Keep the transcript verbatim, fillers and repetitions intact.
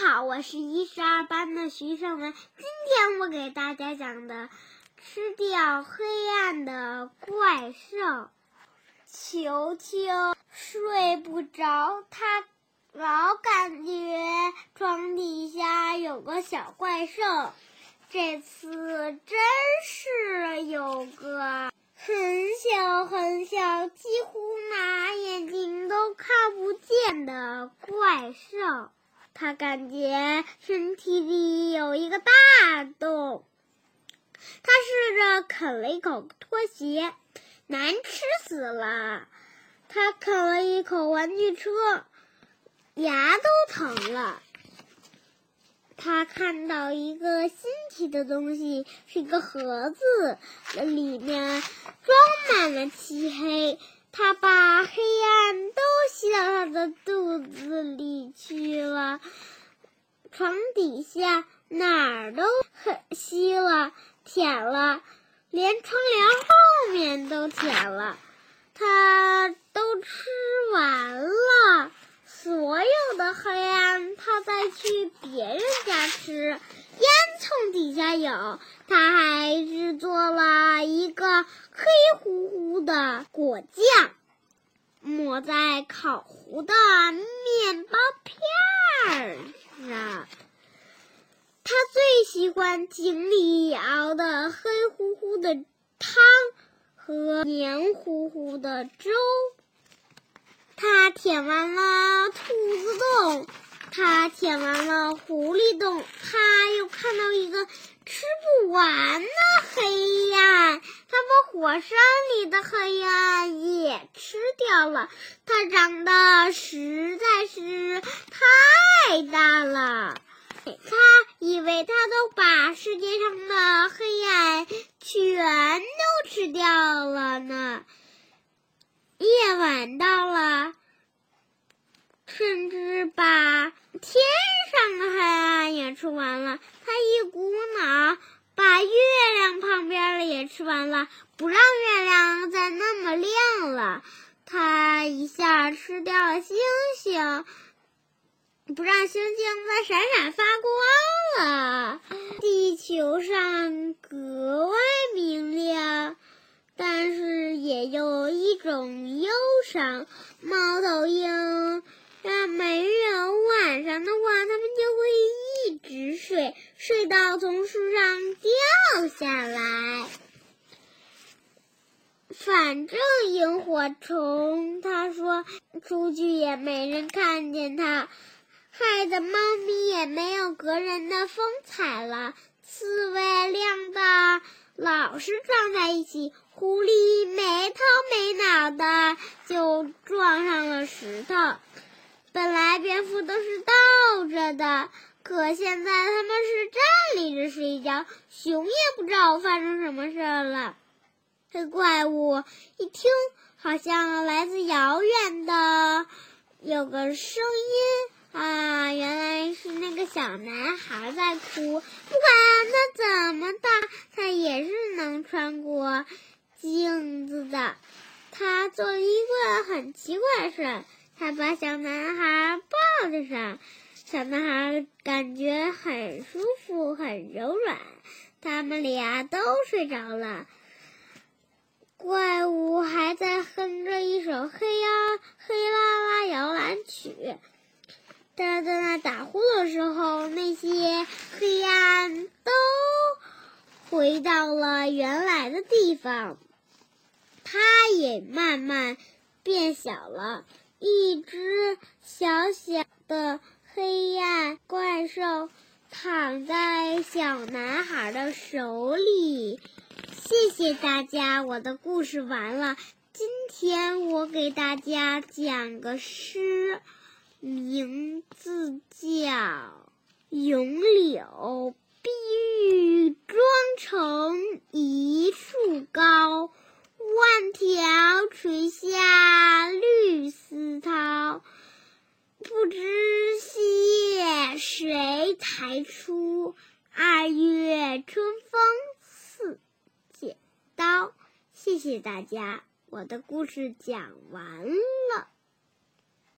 好，我是一十二班的徐胜文。今天我给大家讲的吃掉黑暗的怪兽。球球睡不着，他老感觉床底下有个小怪兽。这次真是有个很小很小，几乎拿眼睛都看不见的怪兽。他感觉身体里有一个大洞，他试着啃了一口拖鞋，难吃死了。他啃了一口玩具车，牙都疼了。他看到一个新奇的东西，是一个盒子，里面装满了漆黑。他把黑暗都吸到他的肚子里去了，床底下哪儿都很吸了，舔了，连窗帘后面都舔了。他都吃完了，所有的黑暗他再去别人家吃，烟囱底下有。他还制作了一个黑乎乎的果酱，抹在烤糊的面包片上。他最喜欢井里熬的黑乎乎的汤和黏糊糊的粥。他舔完了兔子洞，他舔完了狐狸洞，他又看到一个吃不完的黑暗，他把火山里的黑暗也吃掉了。它长得实在是太大了，他以为他都把世界上的黑暗全都吃掉了呢。夜晚到了，甚至把天上的黑暗也吃完了。他一股脑把月亮旁边的也吃完了，不让月亮再那么亮了。他一下吃掉了星星，不让星星再闪闪发光了。地球上格外明亮，但是也有一种忧伤。猫头鹰让没人晚上的话，它们就会一直睡，睡到从树上掉下来。反正萤火虫，他说出去也没人看见它，害得猫咪也没有隔人的风采了。刺猬亮的老是撞在一起，狐狸没头没脑的就撞上了石头。本来蝙蝠都是倒着的，可现在它们是站立着睡觉。熊也不知道发生什么事了。这怪物一听好像来自遥远的有个声音啊，原来是那个小男孩在哭。不管他怎么大，他也是能穿过镜子的。他做了一个很奇怪的事，他把小男孩抱在上，小男孩感觉很舒服很柔软，他们俩都睡着了。怪物还在哼着一首黑呀黑啦啦摇篮曲。他在那打呼的时候，那些黑暗都回到了原来的地方。它也慢慢变小了，一只小小的黑暗怪兽躺在小男孩的手里。谢谢大家，我的故事完了。今天我给大家讲个诗，名字叫《咏柳》。碧玉妆成一树高，万条垂下绿丝绦。不知细叶谁裁出，二月春风似剪刀。谢谢大家，我的故事讲完了。